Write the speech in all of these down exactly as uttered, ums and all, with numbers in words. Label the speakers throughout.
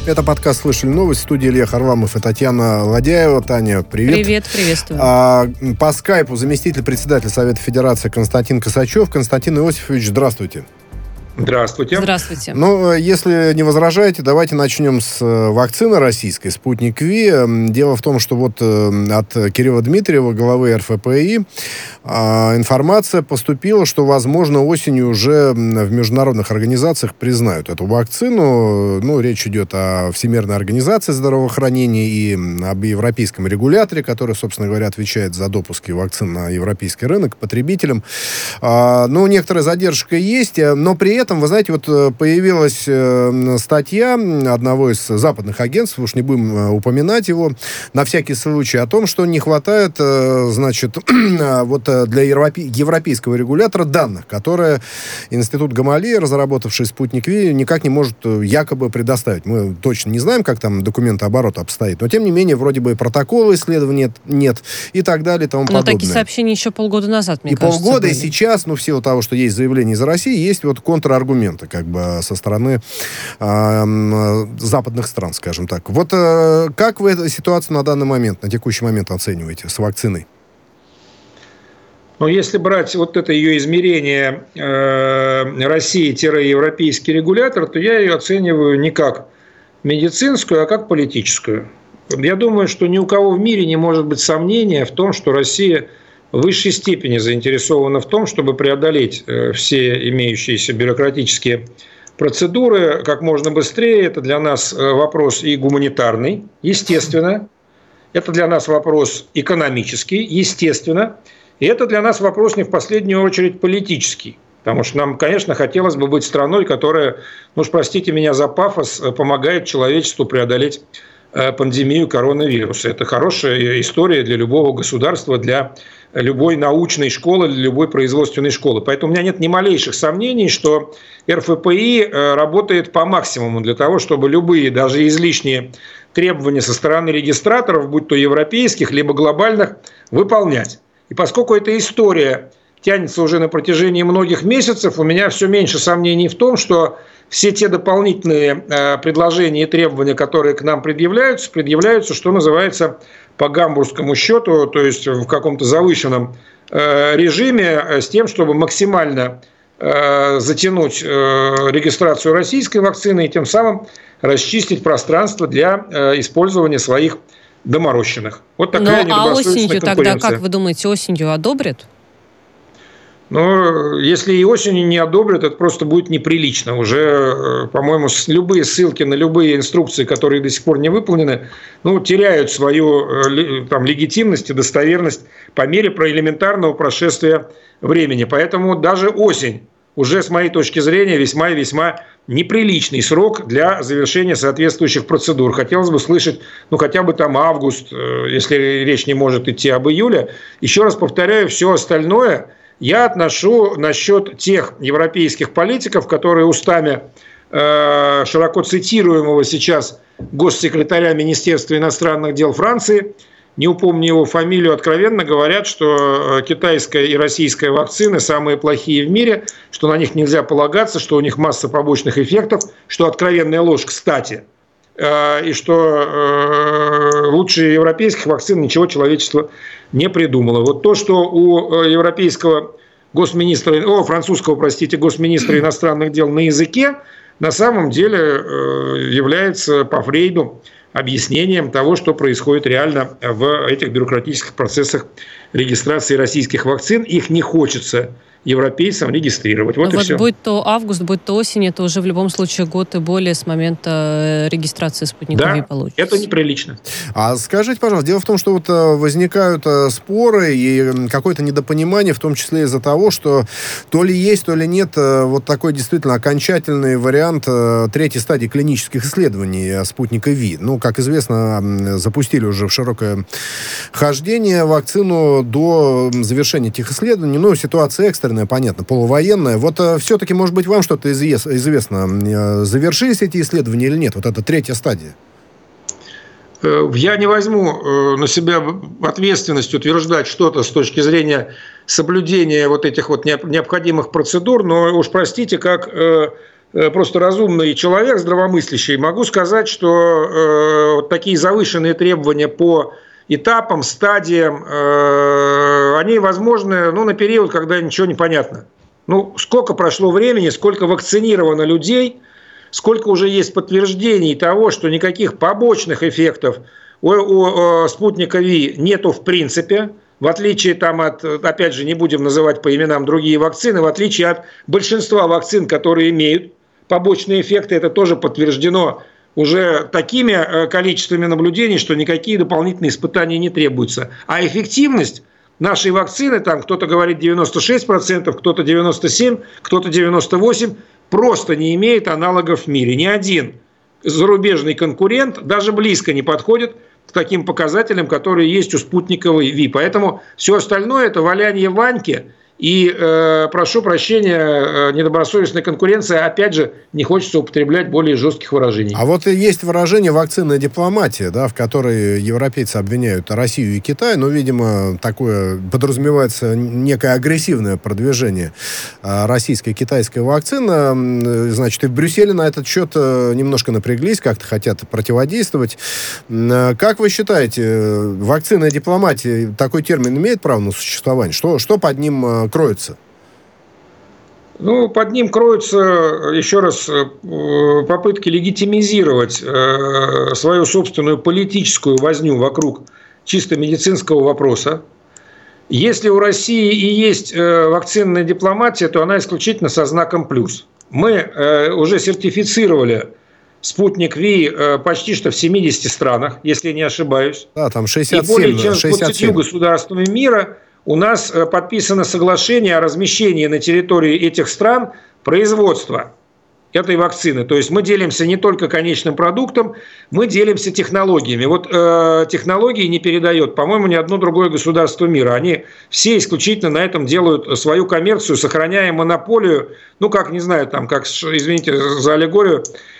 Speaker 1: Это подкаст «Слышали новость». В студии Илья Харламов и Татьяна Ладяева. Таня, привет.
Speaker 2: Привет, приветствую.
Speaker 1: А, по скайпу заместитель председателя Совета Федерации Константин Косачев. Константин Иосифович, здравствуйте.
Speaker 3: Здравствуйте.
Speaker 2: Здравствуйте.
Speaker 1: Ну, если не возражаете, давайте начнем с вакцины российской «Спутник Ви». Дело в том, что вот от Кирилла Дмитриева, главы эр эф пэ и, информация поступила, что, возможно, осенью уже в международных организациях признают эту вакцину. Ну, речь идет о Всемирной организации здравоохранения и об европейском регуляторе, который, собственно говоря, отвечает за допуск вакцин на европейский рынок потребителям. Ну, некоторая задержка есть, но при этом вы знаете, вот появилась э, статья одного из западных агентств, уж не будем упоминать его, на всякий случай, о том, что не хватает, э, значит, вот для европе- европейского регулятора данных, которые Институт Гамалеи, разработавший «Спутник Ви», никак не может якобы предоставить. Мы точно не знаем, как там документооборот обстоит, но, тем не менее, вроде бы и протокола исследования нет, и так далее, и тому подобное.
Speaker 2: Но такие сообщения еще полгода назад, мне
Speaker 1: и
Speaker 2: кажется,
Speaker 1: полгода,
Speaker 2: были.
Speaker 1: И сейчас, ну, в силу того, что есть заявление из России, есть вот контр аргументы, как бы, со стороны э, западных стран, скажем так. Вот э, как вы эту ситуацию на данный момент, на текущий момент оцениваете с вакциной?
Speaker 3: Ну, если брать вот это ее измерение э, России-европейский регулятор, то я ее оцениваю не как медицинскую, а как политическую. Я думаю, что ни у кого в мире не может быть сомнения в том, что Россия в высшей степени заинтересована в том, чтобы преодолеть все имеющиеся бюрократические процедуры как можно быстрее. Это для нас вопрос и гуманитарный, естественно. Это для нас вопрос экономический, естественно. И это для нас вопрос не в последнюю очередь политический. Потому что нам, конечно, хотелось бы быть страной, которая, ну уж простите меня за пафос, помогает человечеству преодолеть пандемию коронавируса. Это хорошая история для любого государства, для любой научной школы, для любой производственной школы. Поэтому у меня нет ни малейших сомнений, что эр эф пэ и работает по максимуму для того, чтобы любые, даже излишние требования со стороны регистраторов, будь то европейских, либо глобальных, выполнять. И поскольку эта история тянется уже на протяжении многих месяцев, у меня все меньше сомнений в том, что все те дополнительные э, предложения и требования, которые к нам предъявляются, предъявляются, что называется, по гамбургскому счету, то есть в каком-то завышенном э, режиме, с тем, чтобы максимально э, затянуть э, регистрацию российской вакцины и тем самым расчистить пространство для э, использования своих доморощенных. Вот такая
Speaker 2: ну, а осенью
Speaker 3: конкуренция.
Speaker 2: Тогда, как вы думаете, осенью одобрят?
Speaker 3: Но если и осенью не одобрят, это просто будет неприлично. Уже, по-моему, любые ссылки на любые инструкции, которые до сих пор не выполнены, ну, теряют свою там, легитимность и достоверность по мере элементарного прошествия времени. Поэтому даже осень уже, с моей точки зрения, весьма и весьма неприличный срок для завершения соответствующих процедур. Хотелось бы слышать, ну, хотя бы там август, если речь не может идти об июле. Еще раз повторяю, все остальное я отношу насчет тех европейских политиков, которые устами э, широко цитируемого сейчас госсекретаря Министерства иностранных дел Франции, не упомню его фамилию, откровенно говорят, что китайская и российская вакцины самые плохие в мире, что на них нельзя полагаться, что у них масса побочных эффектов, что откровенная ложь, кстати, и что лучше европейских вакцин ничего человечество не придумало. Вот то, что у европейского госминистра, о, французского, простите, госминистра иностранных дел на языке, на самом деле является по Фрейду объяснением того, что происходит реально в этих бюрократических процессах регистрации российских вакцин. Их не хочется европейцам регистрировать. Вот, и
Speaker 2: вот
Speaker 3: все.
Speaker 2: Будь то август, будь то осень, это уже в любом случае год и более с момента регистрации «Спутника
Speaker 3: да,
Speaker 2: Ви» получится.
Speaker 3: Это неприлично.
Speaker 1: А скажите, пожалуйста, дело в том, что вот возникают споры и какое-то недопонимание, в том числе из-за того, что то ли есть, то ли нет вот такой действительно окончательный вариант третьей стадии клинических исследований «Спутника Ви». Ну, как известно, запустили уже в широкое хождение вакцину до завершения этих исследований. Ну, ситуация экстренная, понятно, полувоенная. Вот э, все-таки, может быть, вам что-то извес- известно. Э, завершились эти исследования или нет? Вот это третья стадия.
Speaker 3: Я не возьму на себя ответственность утверждать что-то с точки зрения соблюдения вот этих вот необходимых процедур, но уж простите, как просто разумный человек, здравомыслящий, могу сказать, что э, вот такие завышенные требования по этапам, стадиям, э, они возможны, ну, на период, когда ничего не понятно. Ну, сколько прошло времени, сколько вакцинировано людей, сколько уже есть подтверждений того, что никаких побочных эффектов у, у, у спутника Ви нету в принципе, в отличие там от, опять же, не будем называть по именам другие вакцины, в отличие от большинства вакцин, которые имеют побочные эффекты, это тоже подтверждено уже такими количествами наблюдений, что никакие дополнительные испытания не требуются. А эффективность нашей вакцины, там кто-то говорит девяносто шесть процентов, кто-то девяносто семь процентов, кто-то девяносто восемь процентов, просто не имеет аналогов в мире. Ни один зарубежный конкурент даже близко не подходит к таким показателям, которые есть у спутниковой Ви. Поэтому все остальное – это валяние Ваньки. И, э, прошу прощения, э, недобросовестная конкуренция, опять же, не хочется употреблять более жестких выражений.
Speaker 1: А вот и есть выражение «вакцинная дипломатия», да, в которой европейцы обвиняют Россию и Китай, но, видимо, такое подразумевается некое агрессивное продвижение э, российской и китайской вакцины. Значит, и в Брюсселе на этот счет э, немножко напряглись, как-то хотят противодействовать. Э, как вы считаете, вакцинная дипломатия, такой термин имеет право на существование? Что, что под ним э, кроется?
Speaker 3: Ну, под ним кроются, еще раз, попытки легитимизировать свою собственную политическую возню вокруг чисто медицинского вопроса. Если у России и есть вакцинная дипломатия, то она исключительно со знаком плюс. Мы уже сертифицировали спутник Ви почти что в семидесяти странах, если я не ошибаюсь.
Speaker 1: Да, там шестьдесят семь,
Speaker 3: и более чем
Speaker 1: шестьдесят семь.
Speaker 3: двадцатью государствами мира у нас подписано соглашение о размещении на территории этих стран производства этой вакцины. То есть мы делимся не только конечным продуктом, мы делимся технологиями. Вот э, технологии не передает, по-моему, ни одно другое государство мира. Они все исключительно на этом делают свою коммерцию, сохраняя монополию, ну, как, не знаю, там, как, извините за аллегорию,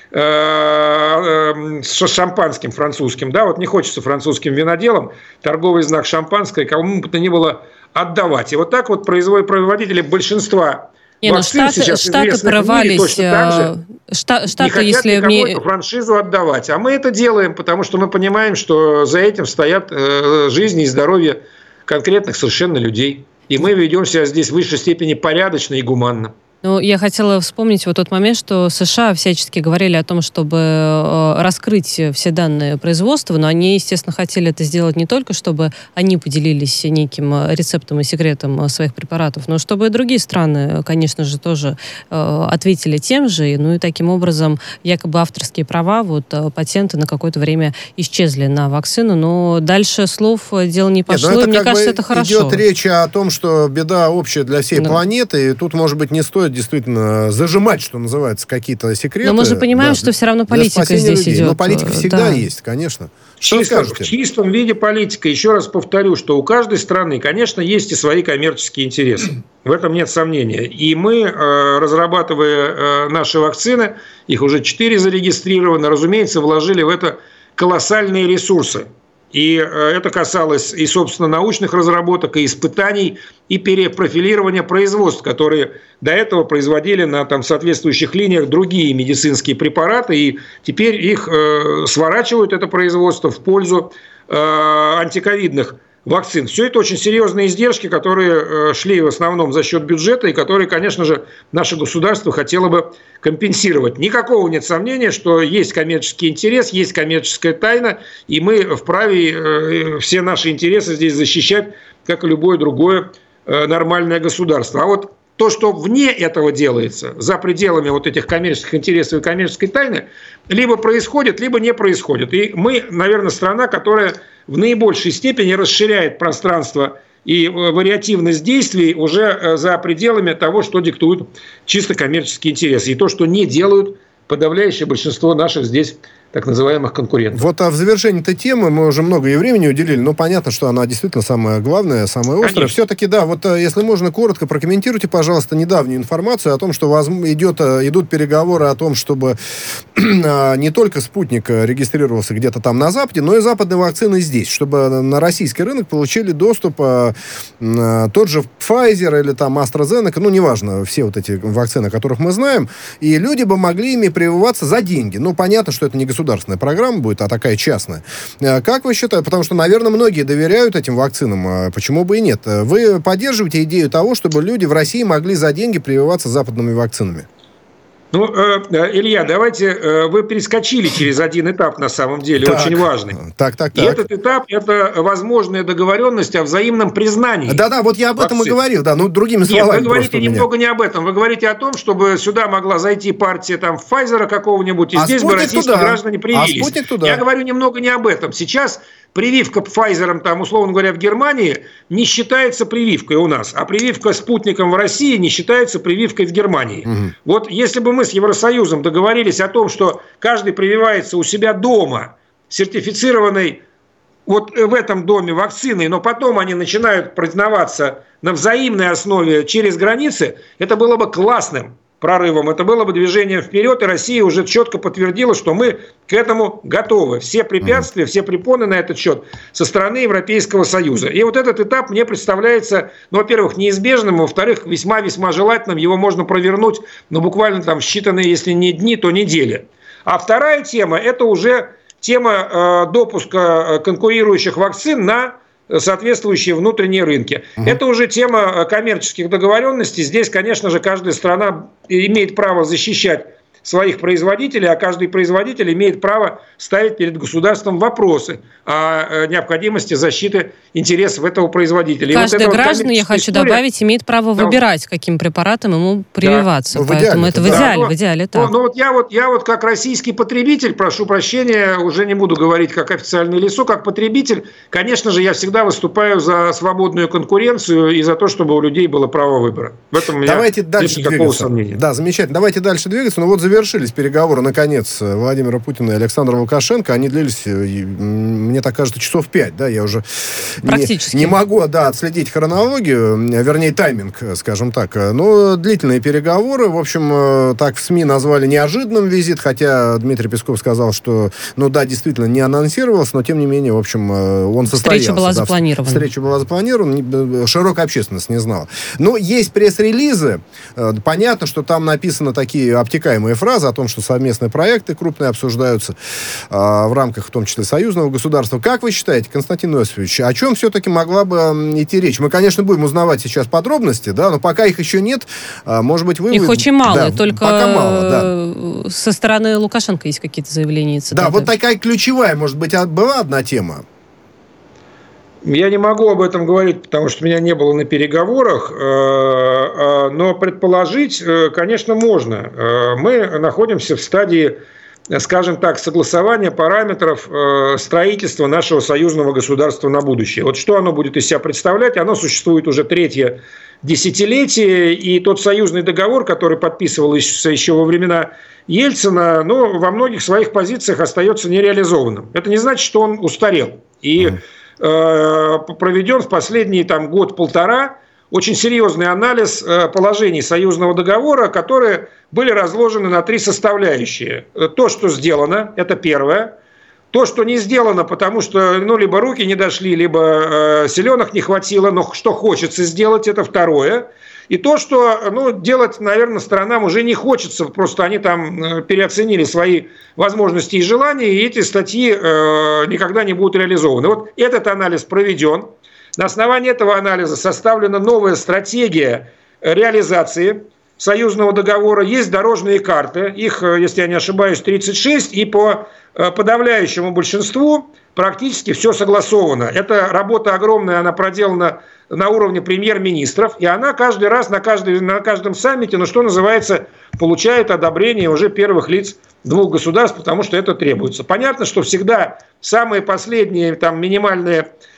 Speaker 3: с шампанским французским, да, вот не хочется французским виноделам торговый знак шампанское кому бы то ни было отдавать. И вот так вот производители большинства
Speaker 2: не,
Speaker 3: вакцин
Speaker 2: штаты,
Speaker 3: сейчас
Speaker 2: штаты
Speaker 3: известных
Speaker 2: провались,
Speaker 3: в мире точно так же
Speaker 2: штаты,
Speaker 3: не хотят
Speaker 2: если
Speaker 3: никому
Speaker 2: мне...
Speaker 3: эту франшизу отдавать. А мы это делаем, потому что мы понимаем, что за этим стоят жизни и здоровье конкретных совершенно людей. И мы ведем себя здесь в высшей степени порядочно и гуманно.
Speaker 2: Ну, я хотела вспомнить вот тот момент, что США всячески говорили о том, чтобы э, раскрыть все данные производства, но они, естественно, хотели это сделать не только, чтобы они поделились неким рецептом и секретом своих препаратов, но чтобы и другие страны, конечно же, тоже э, ответили тем же, ну и таким образом якобы авторские права, вот патенты на какое-то время исчезли на вакцину, но дальше слов дело не пошло,
Speaker 1: Нет,
Speaker 2: и мне кажется, это хорошо.
Speaker 1: Идет речь о том, что беда общая для всей
Speaker 2: ну.
Speaker 1: планеты, и тут, может быть, не стоит действительно зажимать, что называется, какие-то секреты.
Speaker 2: Но мы же понимаем, да, что все равно политика здесь
Speaker 1: людей.
Speaker 2: идет.
Speaker 1: Но политика всегда
Speaker 2: да.
Speaker 1: есть, конечно.
Speaker 3: Что Чисто, в чистом виде политика. Еще раз повторю, что у каждой страны, конечно, есть и свои коммерческие интересы. В этом нет сомнения. И мы, разрабатывая наши вакцины, их уже четыре зарегистрировано, разумеется, вложили в это колоссальные ресурсы. И это касалось и, собственно, научных разработок, и испытаний, и перепрофилирования производств, которые до этого производили на там, соответствующих линиях другие медицинские препараты, и теперь их э, сворачивают, это производство, в пользу э, антиковидных вакцин. Все это очень серьезные издержки, которые шли в основном за счет бюджета и которые, конечно же, наше государство хотело бы компенсировать. Никакого нет сомнения, что есть коммерческий интерес, есть коммерческая тайна, и мы вправе все наши интересы здесь защищать, как и любое другое нормальное государство. А вот то, что вне этого делается, за пределами вот этих коммерческих интересов и коммерческой тайны, либо происходит, либо не происходит. И мы, наверное, страна, которая в наибольшей степени расширяет пространство и вариативность действий уже за пределами того, что диктуют чисто коммерческие интересы. И то, что не делают подавляющее большинство наших здесь так называемых конкурентов.
Speaker 1: Вот а в завершении этой темы мы уже много ей времени уделили, но понятно, что она действительно самая главная, самая острая. Конечно. Все-таки, да, вот если можно коротко прокомментируйте, пожалуйста, недавнюю информацию о том, что воз... идет, идут переговоры о том, чтобы не только спутник регистрировался где-то там на Западе, но и западные вакцины здесь, чтобы на российский рынок получили доступ а, тот же Pfizer или там AstraZeneca, ну, неважно, все вот эти вакцины, о которых мы знаем, и люди бы могли ими прививаться за деньги. Ну, понятно, что это не государственная программа будет, а такая частная. Как вы считаете? Потому что, наверное, многие доверяют этим вакцинам. Почему бы и нет? Вы поддерживаете идею того, чтобы люди в России могли за деньги прививаться западными вакцинами?
Speaker 3: Ну, Илья, давайте, вы перескочили через один этап, на самом деле, так, очень важный.
Speaker 1: Так, так, так.
Speaker 3: И этот этап – это возможная договоренность о взаимном признании.
Speaker 1: Да-да, вот я об этом и говорил, да, ну, другими
Speaker 3: Нет,
Speaker 1: словами.
Speaker 3: Нет, вы говорите немного не об этом. Вы говорите о том, чтобы сюда могла зайти партия там Pfizer какого-нибудь, и а здесь бы российские туда. граждане привились. А я говорю немного не об этом. Сейчас прививка Pfizer, там, условно говоря, в Германии не считается прививкой у нас, а прививка спутником в России не считается прививкой в Германии. Угу. Вот если бы мы с Евросоюзом договорились о том, что каждый прививается у себя дома, сертифицированной вот в этом доме вакциной, но потом они начинают признаваться на взаимной основе через границы, это было бы классным прорывом, это было бы движением вперед, и Россия уже четко подтвердила, что мы к этому готовы. Все препятствия, все препоны на этот счет со стороны Европейского Союза. И вот этот этап мне представляется, ну, во-первых, неизбежным, во-вторых, весьма-весьма желательным. Его можно провернуть, ну, буквально там считанные, если не дни, то недели. А вторая тема – это уже тема э, допуска конкурирующих вакцин на соответствующие внутренние рынки. Угу. Это уже тема коммерческих договоренностей. Здесь, конечно же, каждая страна имеет право защищать своих производителей, а каждый производитель имеет право ставить перед государством вопросы о необходимости защиты интересов этого производителя.
Speaker 2: Каждый
Speaker 3: вот
Speaker 2: гражданин, я хочу история, добавить, имеет право да. выбирать, каким препаратом ему прививаться.
Speaker 1: Да.
Speaker 2: Поэтому
Speaker 1: в
Speaker 2: это в
Speaker 1: да.
Speaker 2: идеале,
Speaker 3: да.
Speaker 2: в идеале так.
Speaker 3: Ну, ну, вот я, вот, я вот как российский потребитель, прошу прощения, уже не буду говорить как официальное лицо, как потребитель, конечно же, я всегда выступаю за свободную конкуренцию и за то, чтобы у людей было право выбора. В этом у меня
Speaker 1: Давайте дальше
Speaker 3: нет никакого сомнения.
Speaker 1: Да, замечательно. Давайте дальше двигаться. Ну вот завершились переговоры, наконец, Владимира Путина и Александра Лукашенко. Они длились, мне так кажется, часов пять, да, я уже не, не могу, да, отследить хронологию, вернее, тайминг, скажем так. Но длительные переговоры, в общем, так в СМИ назвали неожиданным визит, хотя Дмитрий Песков сказал, что, ну да, действительно, не анонсировался, но тем не менее, в общем, он состоялся.
Speaker 2: Встреча была
Speaker 1: да,
Speaker 2: запланирована.
Speaker 1: Встреча была запланирована, широкая общественность не знала. Но есть пресс-релизы, понятно, что там написаны такие обтекаемые фразы о том, что совместные проекты крупные обсуждаются а, в рамках, в том числе, союзного государства. Как вы считаете, Константин Иосифович, о чем все-таки могла бы идти речь? Мы, конечно, будем узнавать сейчас подробности, да, но пока их еще нет, а, может быть, вы...
Speaker 2: Их очень мало,
Speaker 1: да,
Speaker 2: только
Speaker 1: пока мало, да.
Speaker 2: Со стороны Лукашенко есть какие-то заявления.
Speaker 1: Да, вот такая ключевая, может быть, была одна тема.
Speaker 3: Я не могу об этом говорить, потому что меня не было на переговорах, но предположить, конечно, можно. Мы находимся в стадии, скажем так, согласования параметров строительства нашего союзного государства на будущее. Вот что оно будет из себя представлять? Оно существует уже третье десятилетие, и тот союзный договор, который подписывался еще во времена Ельцина, ну, во многих своих позициях остается нереализованным. Это не значит, что он устарел. И проведен в последний там, год-полтора очень серьезный анализ положений союзного договора, которые были разложены на три составляющие. То, что сделано, это первое. То, что не сделано, потому что ну, либо руки не дошли, либо э, силенок не хватило, но что хочется сделать, это второе. И то, что ну, делать, наверное, сторонам уже не хочется, просто они там переоценили свои возможности и желания, и эти статьи э, никогда не будут реализованы. Вот этот анализ проведен. На основании этого анализа составлена новая стратегия реализации союзного договора. Есть дорожные карты, их, если я не ошибаюсь, тридцать шесть, и по подавляющему большинству практически все согласовано. Это работа огромная, она проделана на уровне премьер-министров, и она каждый раз на, каждый, на каждом саммите, ну что называется, получает одобрение уже первых лиц двух государств, потому что это требуется. Понятно, что всегда самые последние там, минимальные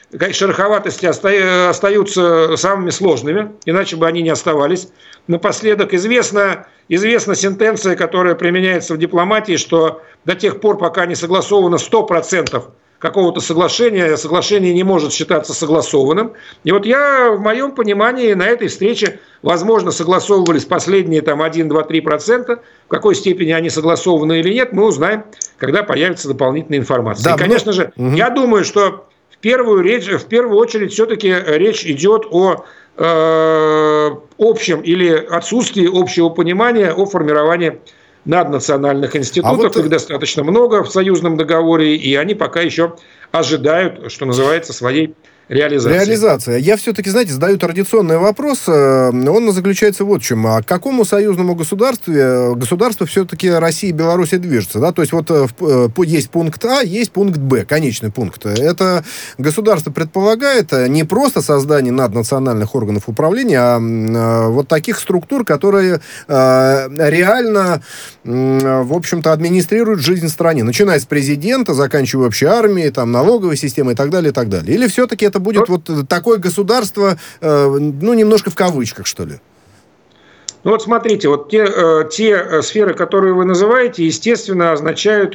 Speaker 3: шероховатости остаются самыми сложными, иначе бы они не оставались. Напоследок известна, известна сентенция, которая применяется в дипломатии, что до тех пор, пока не согласовано сто процентов какого-то соглашения, соглашение не может считаться согласованным. И вот я, в моем понимании, на этой встрече, возможно, согласовывались последние там один, два, три процента. В какой степени они согласованы или нет, мы узнаем, когда появится дополнительная информация. Да, и, конечно же, угу. я думаю, что в первую, речь, в первую очередь все-таки речь идет о э, общем или отсутствии общего понимания о формировании наднациональных институтов, а вот... их достаточно много в союзном договоре, и они пока еще ожидают, что называется, своей реализации.
Speaker 1: Реализация. Я все-таки, знаете, задаю традиционный вопрос. Он заключается вот в чем. А к какому союзному государству, государству все-таки Россия и Беларусь движется? Да? То есть вот есть пункт А, есть пункт Б, конечный пункт. Это государство предполагает не просто создание наднациональных органов управления, а вот таких структур, которые реально, в общем-то, администрируют жизнь страны. Начиная с президента, заканчивая общей армией, там, налоговой системой и так далее, и так далее. Или все-таки это будет вот такое государство, э, ну, немножко в кавычках, что ли?
Speaker 3: Ну, вот смотрите, вот те, э, те сферы, которые вы называете, естественно, означают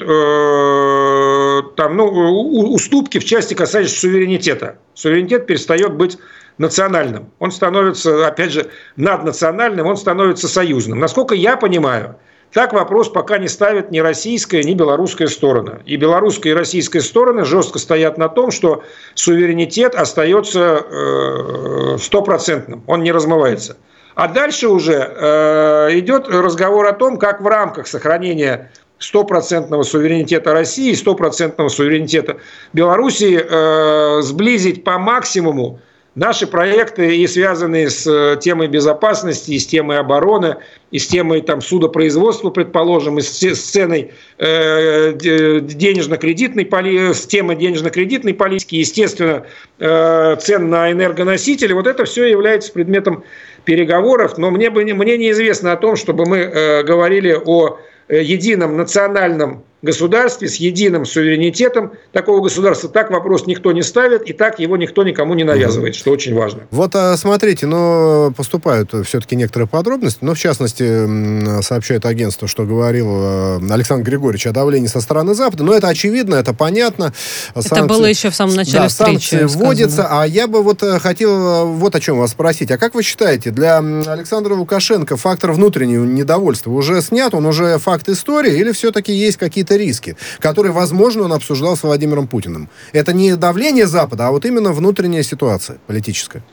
Speaker 3: э, там, ну, уступки в части, касающейся суверенитета. Суверенитет перестает быть национальным. Он становится, опять же, наднациональным, он становится союзным. Насколько я понимаю, так вопрос пока не ставит ни российская, ни белорусская сторона. И белорусская и российская стороны жестко стоят на том, что суверенитет остается стопроцентным, он не размывается. А дальше уже э, идет разговор о том, как в рамках сохранения стопроцентного суверенитета России и стопроцентного суверенитета Белоруссии э, сблизить по максимуму наши проекты, и связанные с темой безопасности, и с темой обороны, и с темой там, судопроизводства, предположим, и с, с ценой э, денежно-кредитной политики, с темой денежно-кредитной политики, естественно, э, цен на энергоносители, вот это все является предметом переговоров, но мне, бы, мне неизвестно о том, чтобы мы э, говорили о едином национальном государстве с единым суверенитетом. Такого государства так вопрос никто не ставит, и так его никто никому не навязывает, что очень важно.
Speaker 1: Вот смотрите, но поступают все-таки некоторые подробности, но в частности сообщает агентство, что говорил Александр Григорьевич о давлении со стороны Запада, но это очевидно, это понятно.
Speaker 2: Санкции, это было еще в самом начале
Speaker 1: да,
Speaker 2: встречи.
Speaker 1: Санкции вводятся, а я бы вот хотел вот о чем вас спросить. А как вы считаете, для Александра Лукашенко фактор внутреннего недовольства уже снят, он уже факт истории, или все-таки есть какие-то риски, которые, возможно, он обсуждал с Владимиром Путиным? Это не давление Запада, а вот именно внутренняя ситуация политическая.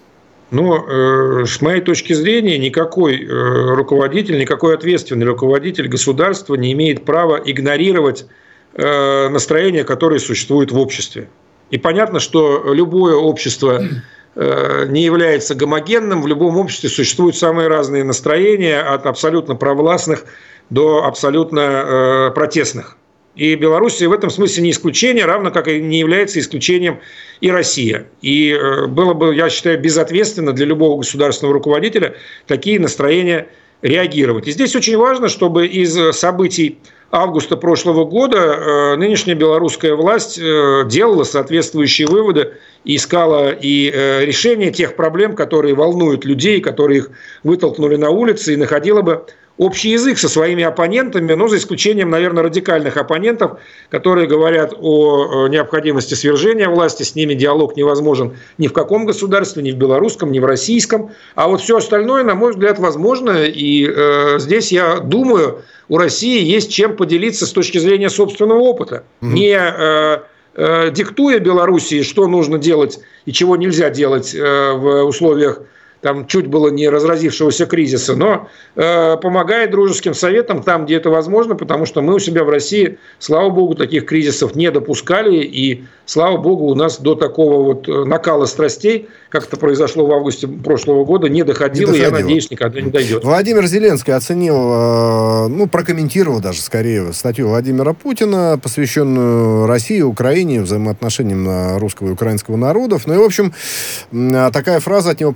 Speaker 3: Но э, с моей точки зрения, никакой э, руководитель, никакой ответственный руководитель государства не имеет права игнорировать э, настроения, которые существуют в обществе. И понятно, что любое общество э, не является гомогенным, в любом обществе существуют самые разные настроения, от абсолютно провластных до абсолютно э, протестных. И Белоруссия в этом смысле не исключение, равно как и не является исключением и Россия. И э, было бы, я считаю, безответственно для любого государственного руководителя такие настроения реагировать. И здесь очень важно, чтобы из событий августа прошлого года э, нынешняя белорусская власть э, делала соответствующие выводы и искала и э, решение тех проблем, которые волнуют людей, которые их вытолкнули на улицы, и находила бы общий язык со своими оппонентами, но за исключением, наверное, радикальных оппонентов, которые говорят о необходимости свержения власти, с ними диалог невозможен ни в каком государстве, ни в белорусском, ни в российском. А вот все остальное, на мой взгляд, возможно. И э, здесь, я думаю, у России есть чем поделиться с точки зрения собственного опыта. Mm-hmm. Не э, э, диктуя Белоруссии, что нужно делать и чего нельзя делать э, в условиях там чуть было не разразившегося кризиса, но э, помогает дружеским советам там, где это возможно, потому что мы у себя в России, слава богу, таких кризисов не допускали, и, слава богу, у нас до такого вот накала страстей, как это произошло в августе прошлого года, не доходило, не доходило. И я надеюсь, никогда не дойдет.
Speaker 1: Владимир Зеленский оценил, э, ну, прокомментировал даже, скорее, статью Владимира Путина, посвященную России, Украине, взаимоотношениям русского и украинского народов. Ну и, в общем, такая фраза от него прозвучала: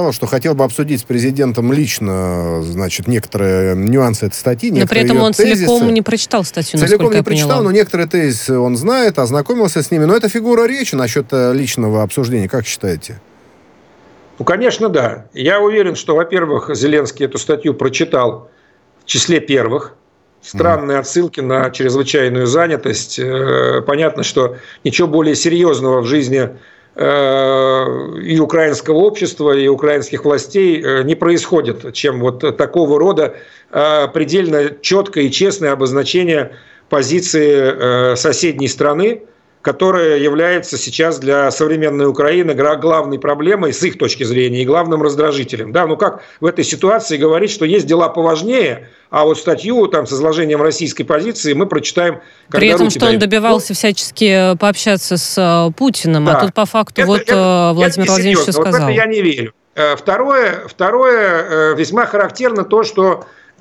Speaker 1: сказал, что хотел бы обсудить с президентом лично, значит, некоторые нюансы этой статьи.
Speaker 2: Но при этом он тезисы. целиком не прочитал статью,
Speaker 1: Целиком не прочитал,
Speaker 2: поняла.
Speaker 1: но некоторые тезисы он знает, ознакомился с ними. Но это фигура речи насчет личного обсуждения. Как считаете?
Speaker 3: Ну, конечно, да. Я уверен, что, во-первых, Зеленский эту статью прочитал в числе первых. Странные mm. отсылки на чрезвычайную занятость. Понятно, что ничего более серьезного в жизни и украинского общества, и украинских властей не происходит, чем вот такого рода предельно четкое и честное обозначение позиции соседней страны, которая является сейчас для современной Украины главной проблемой с их точки зрения и главным раздражителем. Да, ну как в этой ситуации говорить, что есть дела поважнее, а вот статью там, с изложением российской позиции мы прочитаем, когда
Speaker 2: При этом,
Speaker 3: руки
Speaker 2: что он
Speaker 3: дойдут.
Speaker 2: добивался всячески пообщаться с Путиным, да. А тут по факту это, вот это, Владимир это Владимирович все сказал.
Speaker 3: Вот это я не верю. Второе, второе, весьма характерно то, что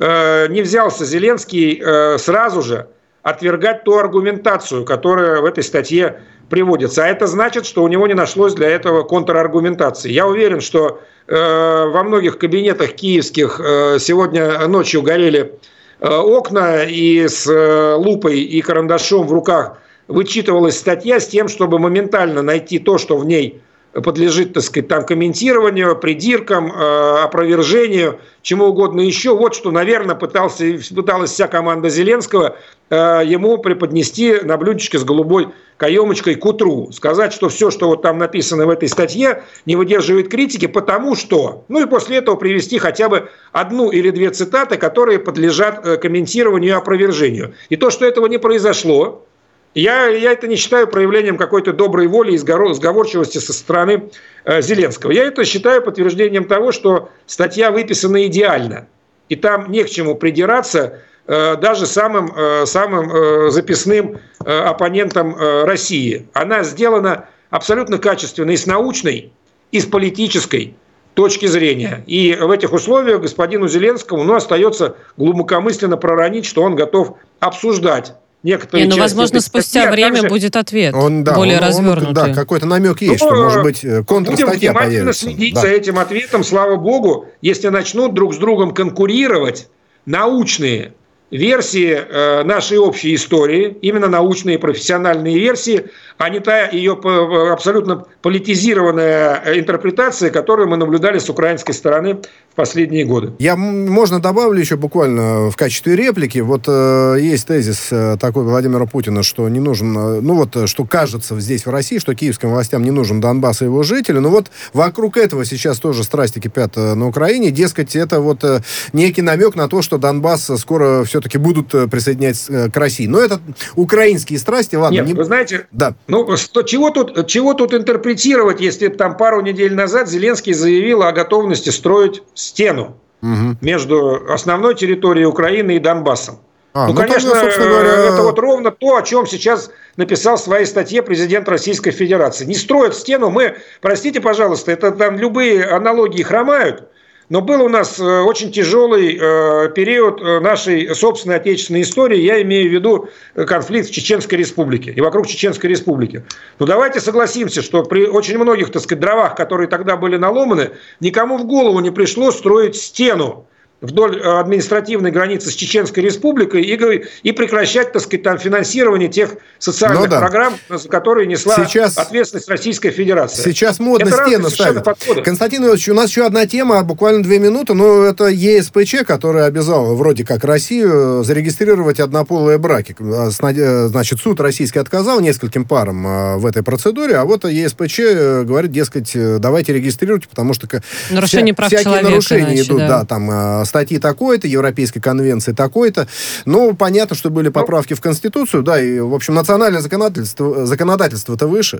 Speaker 3: не взялся Зеленский сразу же отвергать ту аргументацию, которая в этой статье приводится. А это значит, что у него не нашлось для этого контраргументации. Я уверен, что э, во многих кабинетах киевских э, сегодня ночью горели э, окна, и с э, лупой и карандашом в руках вычитывалась статья с тем, чтобы моментально найти то, что в ней подлежит, так сказать, там, комментированию, придиркам, э, опровержению, чему угодно еще. Вот что, наверное, пытался, пыталась вся команда Зеленского э, ему преподнести на блюдечке с голубой каемочкой к утру. Сказать, что все, что вот там написано в этой статье, не выдерживает критики, потому что... Ну и после этого привести хотя бы одну или две цитаты, которые подлежат э, комментированию и опровержению. И то, что этого не произошло, Я, я это не считаю проявлением какой-то доброй воли и сговорчивости со стороны э, Зеленского. Я это считаю подтверждением того, что статья выписана идеально. И там не к чему придираться э, даже самым, э, самым э, записным э, оппонентам э, России. Она сделана абсолютно качественно и с научной, и с политической точки зрения. И в этих условиях господину Зеленскому ну, остается глубокомысленно проронить, что он готов обсуждать некоторые
Speaker 2: Не, ну,
Speaker 3: части
Speaker 2: возможно,
Speaker 3: статьи,
Speaker 2: спустя
Speaker 3: а
Speaker 2: время
Speaker 3: также...
Speaker 2: будет ответ
Speaker 1: он, да,
Speaker 2: более
Speaker 1: он,
Speaker 2: развернутый.
Speaker 1: Он, да, какой-то намек есть,
Speaker 3: ну,
Speaker 1: что, может быть, контрстатья
Speaker 3: будем внимательно
Speaker 1: появится.
Speaker 3: следить
Speaker 1: Да.
Speaker 3: за этим ответом. Слава богу, если начнут друг с другом конкурировать научные версии э, нашей общей истории, именно научные профессиональные версии, а не та ее абсолютно политизированная интерпретация, которую мы наблюдали с украинской стороны в последние годы.
Speaker 1: Я, можно добавлю еще буквально в качестве реплики. Вот э, есть тезис э, такой Владимира Путина, что не нужен, э, ну вот, что кажется здесь в России, что киевским властям не нужен Донбасс и его жители. Но вот вокруг этого сейчас тоже страсти кипят э, на Украине. Дескать, это вот э, некий намек на то, что Донбасс скоро все-таки будут э, присоединять э, к России. Но это украинские страсти, ладно.
Speaker 3: Нет,
Speaker 1: не...
Speaker 3: вы знаете,
Speaker 1: да.
Speaker 3: ну, что, чего, тут, чего тут интерпретировать, если там пару недель назад Зеленский заявил о готовности строить стену угу. между основной территорией Украины и Донбассом. А, ну, ну, конечно, тогда, говоря... это вот ровно то, о чем сейчас написал в своей статье президент Российской Федерации. Не строят стену, мы, простите, пожалуйста, это там любые аналогии хромают, но был у нас очень тяжелый э, период нашей собственной отечественной истории, я имею в виду конфликт в Чеченской Республике и вокруг Чеченской Республики. Но давайте согласимся, что при очень многих, так сказать, дровах, которые тогда были наломаны, никому в голову не пришло строить стену вдоль административной границы с Чеченской Республикой и, и прекращать, так сказать, там финансирование тех социальных ну, да. программ, за которые несла сейчас, ответственность Российская Федерация.
Speaker 1: Сейчас модно это стены ставят. Подходы. Константин Иванович, у нас еще одна тема, буквально две минуты, но это ЕСПЧ, который обязал вроде как Россию зарегистрировать однополые браки. Значит, суд российский отказал нескольким парам в этой процедуре, а вот ЕСПЧ говорит, дескать, давайте регистрируйте, потому что
Speaker 2: нарушение
Speaker 1: вся,
Speaker 2: прав
Speaker 1: всякие
Speaker 2: человека,
Speaker 1: нарушения
Speaker 2: иначе,
Speaker 1: идут,
Speaker 2: да,
Speaker 1: да там статьи такой-то, Европейской конвенции такой-то. Ну, понятно, что были поправки в Конституцию, да, и, в общем, национальное законодательство, законодательство-то выше.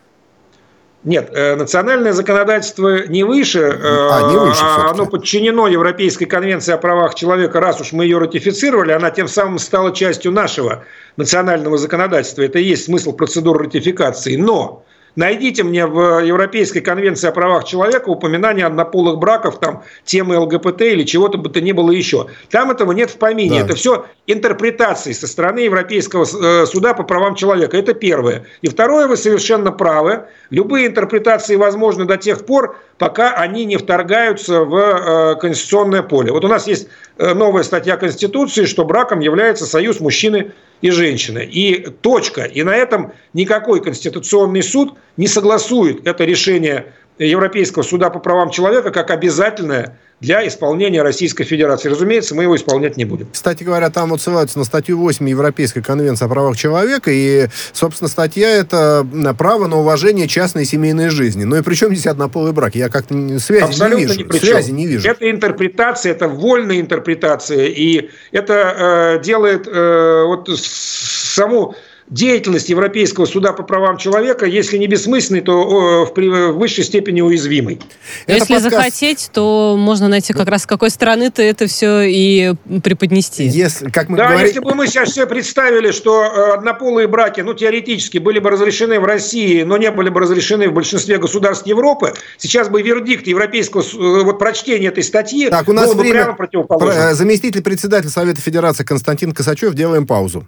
Speaker 3: Нет, национальное законодательство не выше,
Speaker 1: а, не выше
Speaker 3: а оно подчинено Европейской конвенции о правах человека, раз уж мы ее ратифицировали, она тем самым стала частью нашего национального законодательства. Это и есть смысл процедуры ратификации. Но найдите мне в Европейской конвенции о правах человека упоминание однополых браков, там, темы ЛГБТ или чего-то бы то ни было еще. Там этого нет в помине. Да. Это все интерпретации со стороны Европейского суда по правам человека. Это первое. И второе, вы совершенно правы. Любые интерпретации возможны до тех пор, пока они не вторгаются в конституционное поле. Вот у нас есть новая статья Конституции, что браком является союз мужчины и женщины. И точка. И на этом никакой Конституционный суд не согласует это решение Европейского суда по правам человека как обязательное для исполнения Российской Федерации. Разумеется, мы его исполнять не будем.
Speaker 1: Кстати говоря, там вот ссылаются на статью восемь Европейской конвенции о правах человека, и, собственно, статья — это право на уважение частной и семейной жизни. Ну и при чем здесь однополый брак? Я как-то связи
Speaker 3: Абсолютно
Speaker 1: не вижу.
Speaker 3: Ни при
Speaker 1: связи
Speaker 3: чем.
Speaker 1: не вижу.
Speaker 3: Это интерпретация, это вольная интерпретация, и это э, делает э, вот саму деятельность Европейского суда по правам человека, если не бессмысленной, то в, в высшей степени уязвимой.
Speaker 2: Если подкаст... захотеть, то можно найти как раз с какой стороны-то это все и преподнести.
Speaker 1: Если, как мы
Speaker 3: да,
Speaker 1: говорим...
Speaker 3: если бы мы сейчас все представили, что однополые браки, ну, теоретически, были бы разрешены в России, но не были бы разрешены в большинстве государств Европы, сейчас бы вердикт европейского, вот прочтения этой статьи
Speaker 1: так, у нас
Speaker 3: было
Speaker 1: время...
Speaker 3: бы прямо противоположно.
Speaker 1: Заместитель председателя Совета Федерации Константин Косачев. Делаем паузу.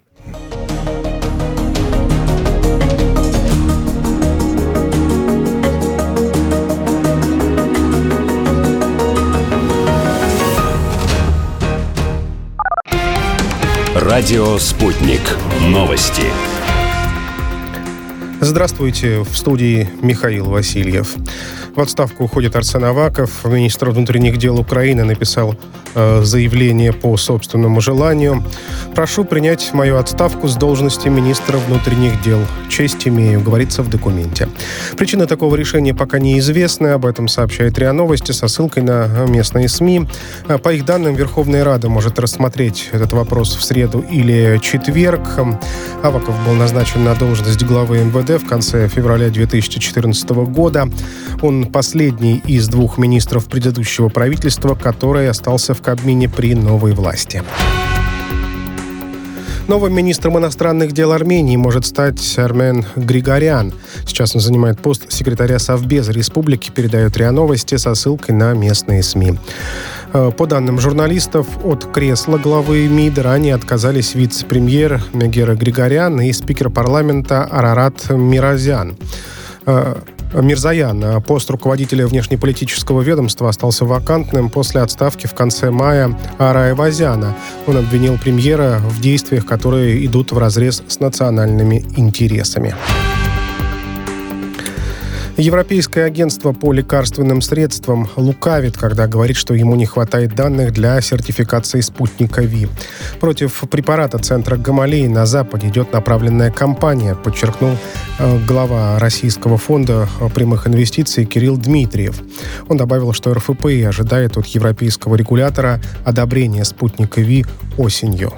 Speaker 4: Радио «Спутник». Новости.
Speaker 5: Здравствуйте. В студии Михаил Васильев. В отставку уходит Арсен Аваков. Министр внутренних дел Украины написал э, заявление по собственному желанию. «Прошу принять мою отставку с должности министра внутренних дел. Честь имею», говорится в документе. Причины такого решения пока неизвестны. Об этом сообщает РИА Новости со ссылкой на местные СМИ. По их данным, Верховная Рада может рассмотреть этот вопрос в среду или четверг. Аваков был назначен на должность главы эм вэ дэ в конце февраля две тысячи четырнадцатого года. Он последний из двух министров предыдущего правительства, который остался в Кабмине при новой власти. Новым министром иностранных дел Армении может стать Армен Григорян. Сейчас он занимает пост секретаря Совбеза республики, передает РИА Новости со ссылкой на местные СМИ. По данным журналистов, от кресла главы МИД ранее отказались вице-премьер Мегера Григорян и спикер парламента Арарат Мирзаян. Мирзаян. Пост руководителя внешнеполитического ведомства остался вакантным после отставки в конце мая Арая Вазяна. Он обвинил премьера в действиях, которые идут вразрез с национальными интересами. Европейское агентство по лекарственным средствам лукавит, когда говорит, что ему не хватает данных для сертификации спутника Ви. Против препарата центра Гамалеи на Западе идет направленная кампания, подчеркнул глава Российского фонда прямых инвестиций Кирилл Дмитриев. Он добавил, что эр эф пэ и ожидает от европейского регулятора одобрения спутника Ви осенью.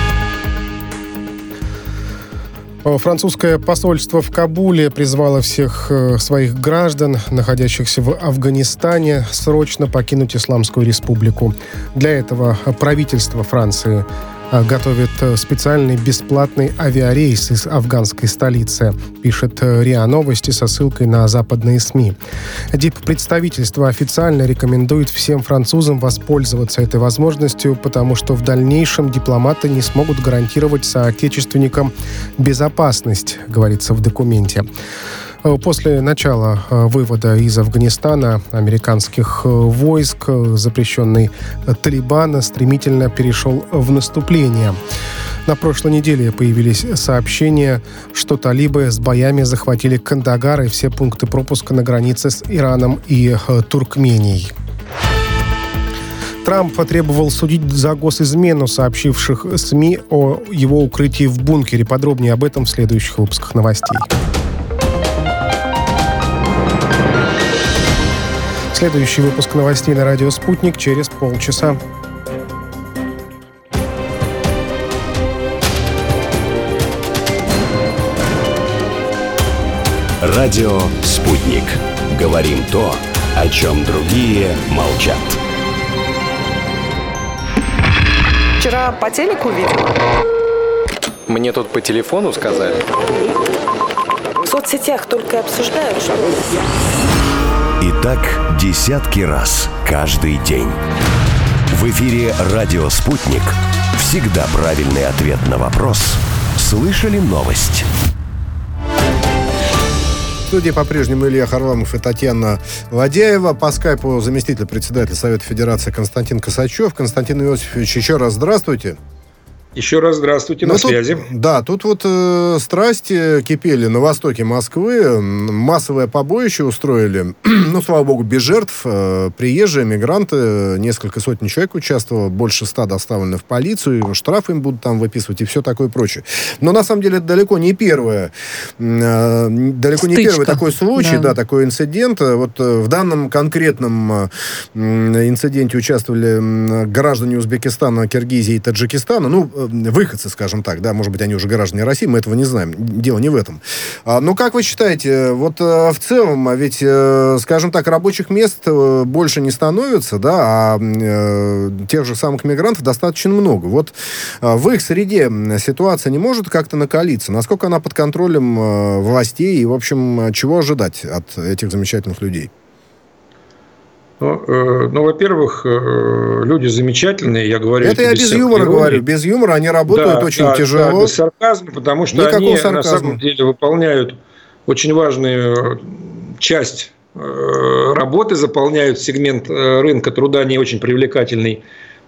Speaker 5: Французское посольство в Кабуле призвало всех своих граждан, находящихся в Афганистане, срочно покинуть Исламскую республику. Для этого правительство Франции готовит специальный бесплатный авиарейс из афганской столицы, пишет РИА Новости со ссылкой на западные СМИ. Диппредставительство официально рекомендует всем французам воспользоваться этой возможностью, потому что в дальнейшем дипломаты не смогут гарантировать соотечественникам безопасность, говорится в документе. После начала вывода из Афганистана американских войск запрещенный Талибан стремительно перешел в наступление. На прошлой неделе появились сообщения, что талибы с боями захватили Кандагар и все пункты пропуска на границе с Ираном и Туркменией. Трамп потребовал судить за госизмену сообщивших СМИ о его укрытии в бункере. Подробнее об этом в следующих выпусках новостей. Следующий выпуск новостей на радио «Спутник» через полчаса.
Speaker 4: Радио «Спутник». Говорим то, о чем другие молчат.
Speaker 6: Вчера по телеку видел.
Speaker 7: Мне тут по телефону сказали.
Speaker 6: соцсетях только и обсуждают, что...
Speaker 4: И так десятки раз каждый день. В эфире «Радио Спутник». Всегда правильный ответ на вопрос. Слышали новость?
Speaker 1: В студии по-прежнему Илья Харламов и Татьяна Ладяева. По скайпу заместитель председателя Совета Федерации Константин Косачев. Константин Иосифович, еще раз здравствуйте.
Speaker 3: Еще раз здравствуйте, на
Speaker 1: ну, тут,
Speaker 3: связи.
Speaker 1: Да, тут вот э, страсти кипели на востоке Москвы. Массовое побоище устроили. Ну, слава богу, без жертв. Э, приезжие, мигранты, несколько сотен человек участвовало, больше ста доставлены в полицию, штрафы им будут там выписывать и все такое прочее. Но, на самом деле, это далеко не первое, э, далеко Стычка. не первый такой случай, да. да, такой инцидент. Вот э, в данном конкретном э, инциденте участвовали граждане Узбекистана, Киргизии и Таджикистана. Ну, выходцы, скажем так, да, может быть, они уже граждане России, мы этого не знаем, дело не в этом. А, но как вы считаете, вот в целом, ведь, скажем так, рабочих мест больше не становится, да, а э, тех же самых мигрантов достаточно много. Вот в их среде ситуация не может как-то накалиться? Насколько она под контролем властей и, в общем, чего ожидать от этих замечательных людей?
Speaker 3: Ну, э, ну, во-первых, э, люди замечательные, я говорю...
Speaker 1: Это, это я без, без юмора иронии. говорю. Без юмора они работают да, очень да, тяжело. Да, без
Speaker 3: сарказма, потому что Никакого они сарказма. на самом деле выполняют очень важную часть э, работы, заполняют сегмент э, рынка труда не очень привлекательный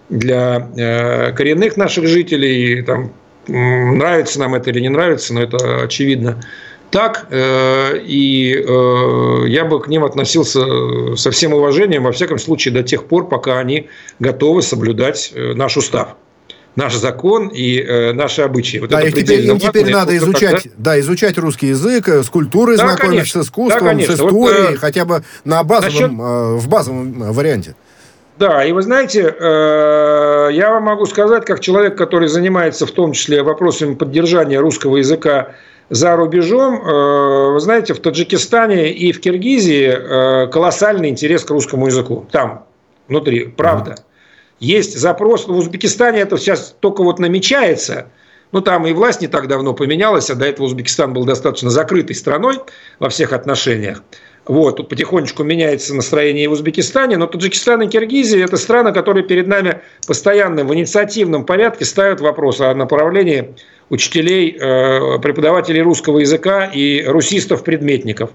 Speaker 3: для э, коренных наших жителей. Там, э, нравится нам это или не нравится, но это очевидно. Так, э, и э, я бы к ним относился со всем уважением, во всяком случае, до тех пор, пока они готовы соблюдать э, наш устав, наш закон и э, наши обычаи. Вот
Speaker 1: да, и теперь, им теперь надо изучать, тогда... да, изучать русский язык, с культурой да, знакомиться, конечно, с искусством, да, с историей, вот, э, хотя бы на базовом, насчет... э, в базовом варианте.
Speaker 3: Да, и вы знаете, э, я вам могу сказать, как человек, который занимается в том числе вопросами поддержания русского языка за рубежом, вы знаете, в Таджикистане и в Киргизии колоссальный интерес к русскому языку. Там, внутри, правда. Есть запрос. В Узбекистане это сейчас только вот намечается. Ну, там и власть не так давно поменялась, а до этого Узбекистан был достаточно закрытой страной во всех отношениях. Вот, тут потихонечку меняется настроение и в Узбекистане, но Таджикистан и Киргизия – это страны, которые перед нами постоянно в инициативном порядке ставят вопрос о направлении учителей, преподавателей русского языка и русистов-предметников.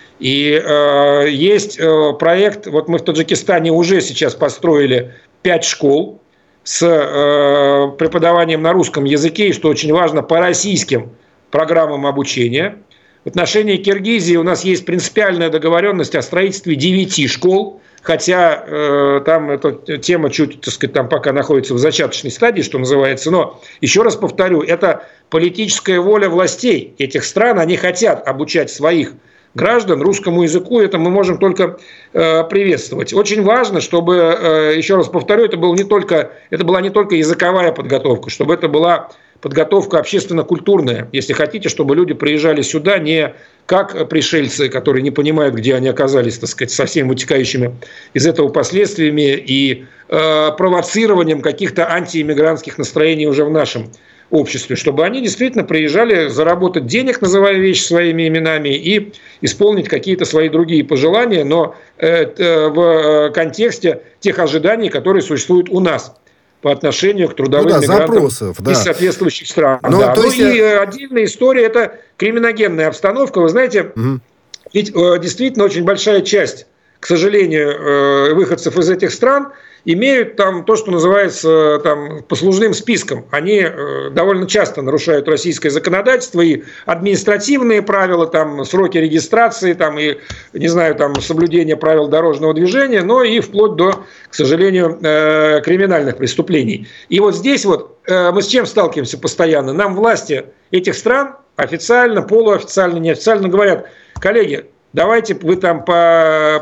Speaker 3: И э, есть проект, вот мы в Таджикистане уже сейчас построили пять школ с э, преподаванием на русском языке, и, что очень важно, по российским программам обучения. В отношении Киргизии у нас есть принципиальная договоренность о строительстве девяти школ, хотя э, там эта тема чуть, так сказать, там пока находится в зачаточной стадии, что называется. Но, еще раз повторю, это политическая воля властей этих стран. Они хотят обучать своих граждан русскому языку. Это мы можем только э, приветствовать. Очень важно, чтобы, э, еще раз повторю, это, был не только, это была не только языковая подготовка, чтобы это была подготовка общественно-культурная, если хотите, чтобы люди приезжали сюда не как пришельцы, которые не понимают, где они оказались, так сказать, со всеми вытекающими из этого последствиями и э, провоцированием каких-то антииммигрантских настроений уже в нашем обществе, чтобы они действительно приезжали заработать денег, называя вещи своими именами, и исполнить какие-то свои другие пожелания, но э, в контексте тех ожиданий, которые существуют у нас по отношению к трудовым ну да, мигрантам запросов, да. из соответствующих стран. Но, да. ну я... и отдельная история – это криминогенная обстановка. Вы знаете, угу. ведь э, действительно очень большая часть, к сожалению, э, выходцев из этих стран имеют там то, что называется там, послужным списком. Они э, довольно часто нарушают российское законодательство и административные правила, там, сроки регистрации, там, и, не знаю, там, соблюдение правил дорожного движения, но и вплоть до, к сожалению, э, криминальных преступлений. И вот здесь вот э, мы с чем сталкиваемся постоянно? Нам власти этих стран официально, полуофициально, неофициально говорят: коллеги, давайте вы там по,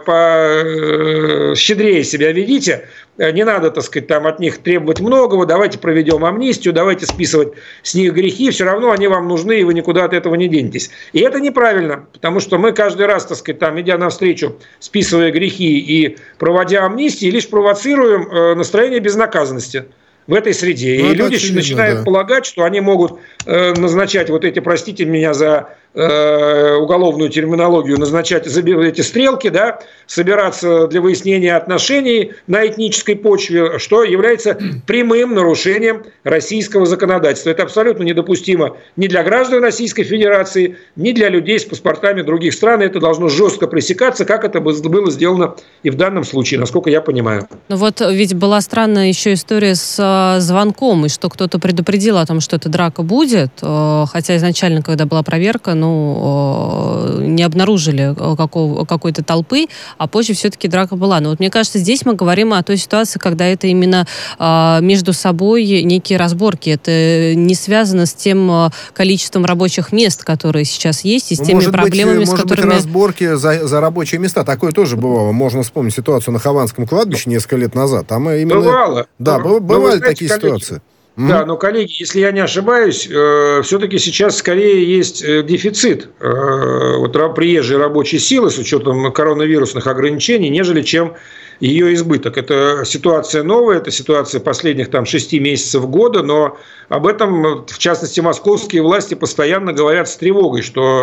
Speaker 3: по щедрее себя ведите, не надо, так сказать, там от них требовать многого, давайте проведем амнистию, давайте списывать с них грехи, все равно они вам нужны, и вы никуда от этого не денетесь. И это неправильно, потому что мы каждый раз, так сказать, там, идя навстречу, списывая грехи и проводя амнистии, лишь провоцируем настроение безнаказанности в этой среде. Ну, и люди очевидно, начинают да. полагать, что они могут э, назначать вот эти, простите меня за уголовную терминологию, назначать эти стрелки, да, собираться для выяснения отношений на этнической почве, что является прямым нарушением российского законодательства. Это абсолютно недопустимо ни для граждан Российской Федерации, ни для людей с паспортами других стран. Это должно жестко пресекаться, как это было сделано и в данном случае, насколько я понимаю.
Speaker 2: Ну вот ведь была странная еще история с звонком, и что кто-то предупредил о том, что эта драка будет, хотя изначально, когда была проверка, ну, не обнаружили какого, какой-то толпы, а позже все-таки драка была. Но вот мне кажется, здесь мы говорим о той ситуации, когда это именно э, между собой некие разборки. Это не связано с тем количеством рабочих мест, которые сейчас есть, и с теми
Speaker 1: может
Speaker 2: проблемами,
Speaker 1: быть,
Speaker 2: с
Speaker 1: может
Speaker 2: которыми...
Speaker 1: быть, разборки за, за рабочие места. Такое тоже бывало. Можно вспомнить ситуацию на Хованском кладбище несколько лет назад. Там именно...
Speaker 3: Бывало.
Speaker 1: Да,
Speaker 3: но,
Speaker 1: бывали
Speaker 3: но знаете,
Speaker 1: такие
Speaker 3: коллеги,
Speaker 1: ситуации.
Speaker 3: Да,
Speaker 1: Mm-hmm.
Speaker 3: но, коллеги, если я не ошибаюсь, э, все-таки сейчас скорее есть э, дефицит э, вот, приезжей рабочей силы с учетом коронавирусных ограничений, нежели чем ее избыток. Это ситуация новая, это ситуация последних там, шести месяцев года, но об этом, в частности, московские власти постоянно говорят с тревогой,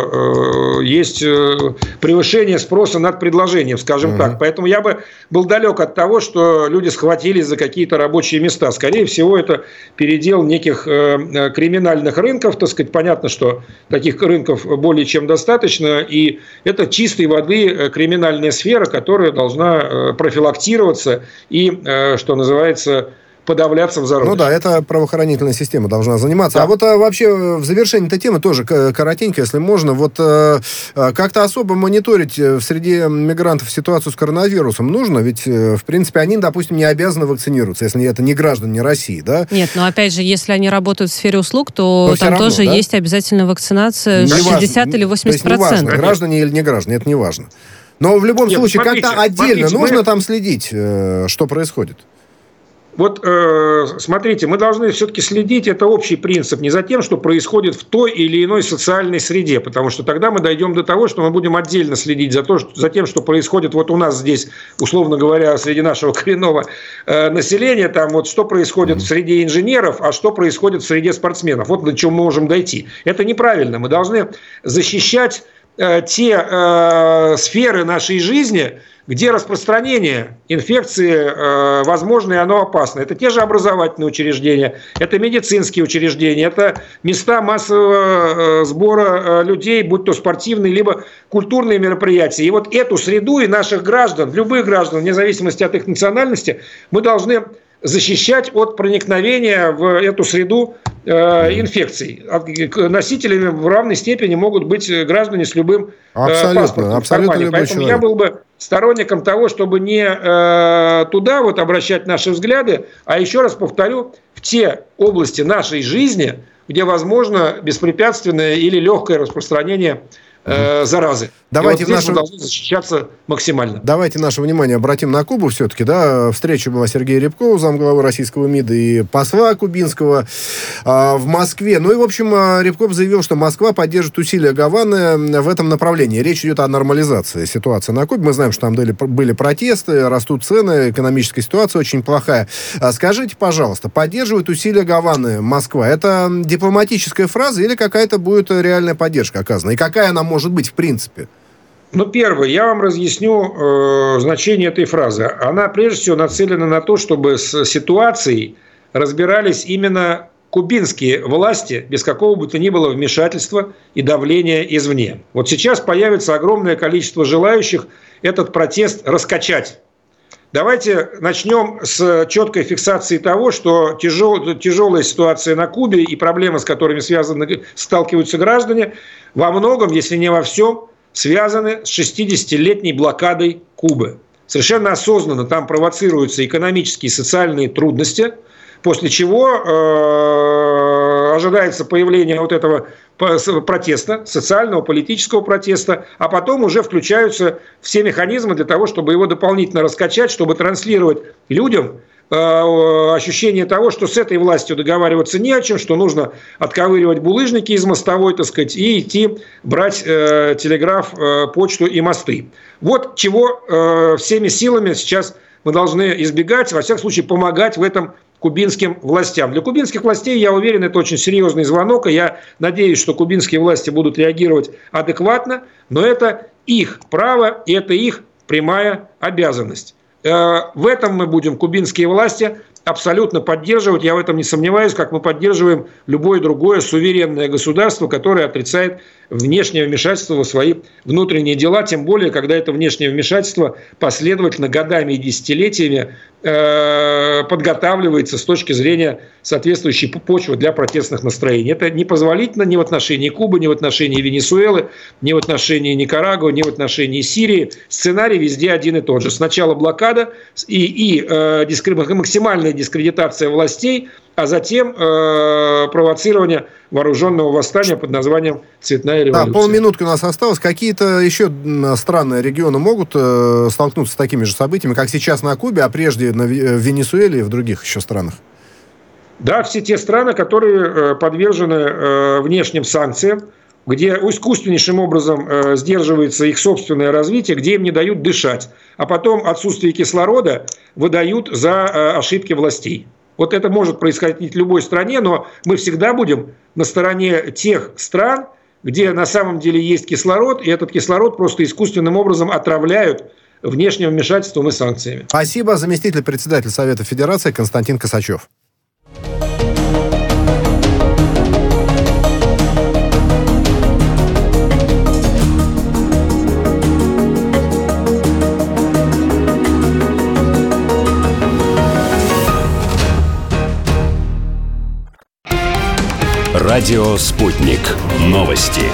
Speaker 3: что э, есть э, превышение спроса над предложением, скажем mm-hmm. так. Поэтому я бы был далек от того, что люди схватились за какие-то рабочие места. Скорее всего, это передел неких э, криминальных рынков, так сказать. Понятно, что таких рынков более чем достаточно, и это чистой воды криминальная сфера, которая должна э, профилактироваться и, э, что называется, подавляться в зародыше.
Speaker 1: Ну да, это правоохранительная система должна заниматься. Да. А вот а, вообще в завершении этой темы тоже коротенько, если можно, вот а, как-то особо мониторить среди мигрантов ситуацию с коронавирусом нужно? Ведь, в принципе, они, допустим, не обязаны вакцинироваться, если это не граждане России, да?
Speaker 2: Нет, но опять же, если они работают в сфере услуг, то, то там равно, тоже да? есть обязательная вакцинация шестьдесят или восемьдесят процентов.
Speaker 1: То есть неважно, граждане или не граждане, это не важно. Но в любом Нет, случае, смотрите, как-то отдельно смотрите, нужно мы... там следить, что происходит.
Speaker 3: Вот э, смотрите, мы должны все-таки следить, это общий принцип, не за тем, что происходит в той или иной социальной среде, потому что тогда мы дойдем до того, что мы будем отдельно следить за, то, что, за тем, что происходит вот у нас здесь, условно говоря, среди нашего коренного э, населения, там вот что происходит в среде инженеров, а что происходит в среде спортсменов. Вот до чего мы можем дойти. Это неправильно, мы должны защищать э, те э, сферы нашей жизни, где распространение инфекции э, возможно и оно опасно. Это те же образовательные учреждения, это медицинские учреждения, это места массового э, сбора э, людей, будь то спортивные, либо культурные мероприятия. И вот эту среду и наших граждан, любых граждан, вне зависимости от их национальности, мы должны защищать от проникновения в эту среду э, инфекций. Носителями в равной степени могут быть граждане с любым э, паспортом.
Speaker 1: Абсолютно любой
Speaker 3: Поэтому
Speaker 1: человек.
Speaker 3: я был бы сторонником того, чтобы не э, туда вот обращать наши взгляды, а еще раз повторю, в те области нашей жизни, где возможно беспрепятственное или легкое распространение э, заразы.
Speaker 1: Давайте
Speaker 3: и вот здесь
Speaker 1: нашу...
Speaker 3: мы должны защищаться максимально.
Speaker 1: Давайте наше внимание обратим на Кубу все-таки. Да? Встреча была Сергея Рябкова, замглавы российского МИДа, и посла кубинского а, в Москве. Ну и, в общем, Рябков заявил, что Москва поддержит усилия Гаваны в этом направлении. Речь идет о нормализации ситуации на Кубе. Мы знаем, что там были, были протесты, растут цены, экономическая ситуация очень плохая. А скажите, пожалуйста, поддерживает усилия Гаваны Москва? Это дипломатическая фраза или какая-то будет реальная поддержка оказана? И какая она может быть в принципе?
Speaker 3: Ну, первое, я вам разъясню э, значение этой фразы. Она, прежде всего, нацелена на то, чтобы с ситуацией разбирались именно кубинские власти без какого бы то ни было вмешательства и давления извне. Вот сейчас появится огромное количество желающих этот протест раскачать. Давайте начнем с четкой фиксации того, что тяжел, тяжелая ситуация на Кубе и проблемы, с которыми связаны, сталкиваются граждане, во многом, если не во всем, связаны с шестидесятилетней блокадой Кубы. Совершенно осознанно там провоцируются экономические и социальные трудности, после чего э, ожидается появление вот этого протеста, социального, политического протеста, а потом уже включаются все механизмы для того, чтобы его дополнительно раскачать, чтобы транслировать людям ощущение того, что с этой властью договариваться не о чем, что нужно отковыривать булыжники из мостовой, так сказать, и идти брать э, телеграф, э, почту и мосты. Вот чего э, всеми силами сейчас мы должны избегать, во всяком случае помогать в этом кубинским властям. Для кубинских властей, я уверен, это очень серьезный звонок, и я надеюсь, что кубинские власти будут реагировать адекватно, но это их право, и это их прямая обязанность. В этом мы будем, кубинские власти, абсолютно поддерживать, я в этом не сомневаюсь, как мы поддерживаем любое другое суверенное государство, которое отрицает внешнее вмешательство в свои внутренние дела, тем более, когда это внешнее вмешательство последовательно годами и десятилетиями э, подготавливается с точки зрения соответствующей почвы для протестных настроений. Это непозволительно ни в отношении Кубы, ни в отношении Венесуэлы, ни в отношении Никарагуа, ни в отношении Сирии. Сценарий везде один и тот же. Сначала блокада и, и э, дискр... максимальная дискредитация властей, а затем э, провоцирование вооруженного восстания под названием «Цветная революция».
Speaker 1: Да, полминутки у нас осталось. Какие-то еще страны региона могут э, столкнуться с такими же событиями, как сейчас на Кубе, а прежде на, в Венесуэле и в других еще странах?
Speaker 3: Да, все те страны, которые подвержены э, внешним санкциям, где искусственнейшим образом э, сдерживается их собственное развитие, где им не дают дышать, а потом отсутствие кислорода выдают за э, ошибки властей. Вот это может происходить в любой стране, но мы всегда будем на стороне тех стран, где на самом деле есть кислород, и этот кислород просто искусственным образом отравляют внешним вмешательством и санкциями.
Speaker 1: Спасибо. Заместитель председателя Совета Федерации Константин Косачев.
Speaker 4: Радио «Спутник». Новости.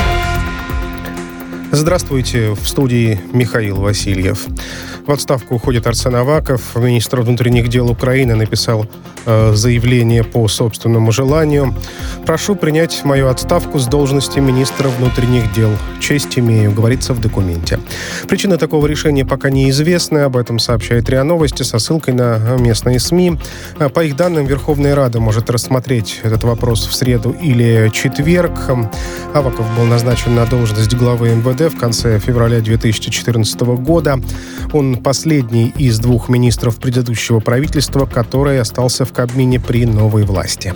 Speaker 5: Здравствуйте. В студии Михаил Васильев. В отставку уходит Арсен Аваков. Министр внутренних дел Украины написал э, заявление по собственному желанию. «Прошу принять мою отставку с должности министра внутренних дел. Честь имею», говорится в документе. Причина такого решения пока неизвестны. Об этом сообщает РИА Новости со ссылкой на местные СМИ. По их данным, Верховная Рада может рассмотреть этот вопрос в среду или четверг. Аваков был назначен на должность главы эм вэ дэ в конце февраля две тысячи четырнадцатого года. Он последний из двух министров предыдущего правительства, который остался в Кабмине при новой власти.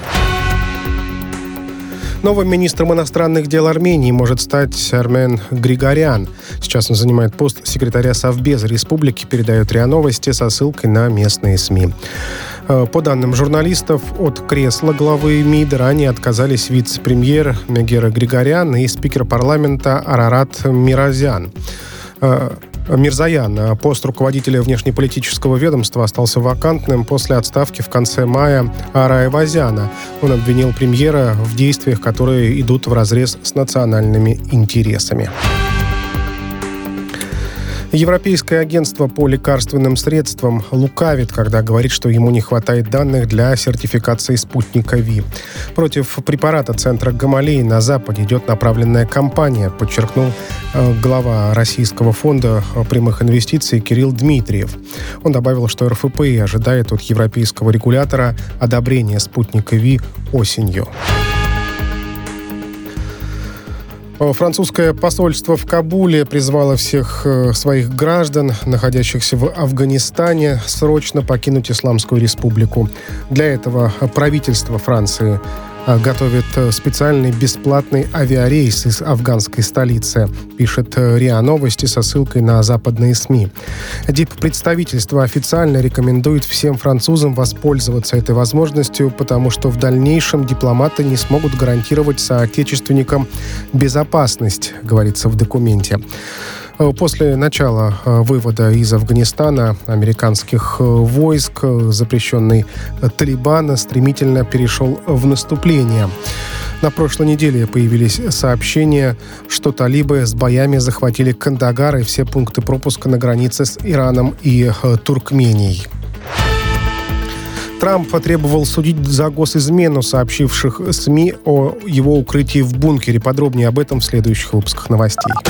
Speaker 5: Новым министром иностранных дел Армении может стать Армен Григорян. Сейчас он занимает пост секретаря Совбеза республики, передает РИА Новости со ссылкой на местные СМИ. По данным журналистов, от кресла главы МИД ранее отказались вице-премьер Мегера Григорян и спикер парламента Арарат Мирзоян. Мирзоян. Пост руководителя внешнеполитического ведомства остался вакантным после отставки в конце мая Арая Вазяна. Он обвинил премьера в действиях, которые идут вразрез с национальными интересами. Европейское агентство по лекарственным средствам лукавит, когда говорит, что ему не хватает данных для сертификации спутника Ви. Против препарата центра Гамалеи на Западе идет направленная кампания, подчеркнул э, глава Российского фонда прямых инвестиций Кирилл Дмитриев. Он добавил, что эр эф пэ и ожидает от европейского регулятора одобрения спутника Ви осенью. Французское посольство в Кабуле призвало всех своих граждан, находящихся в Афганистане, срочно покинуть Исламскую республику. Для этого правительство Франции готовит специальный бесплатный авиарейс из афганской столицы, пишет РИА Новости со ссылкой на западные СМИ. Диппредставительство официально рекомендует всем французам воспользоваться этой возможностью, потому что в дальнейшем дипломаты не смогут гарантировать соотечественникам безопасность, говорится в документе. После начала вывода из Афганистана американских войск запрещенный Талибан стремительно перешел в наступление. На прошлой неделе появились сообщения, что талибы с боями захватили Кандагар и все пункты пропуска на границе с Ираном и Туркменией. Трамп потребовал судить за госизмену сообщивших СМИ о его укрытии в бункере. Подробнее об этом в следующих выпусках новостей.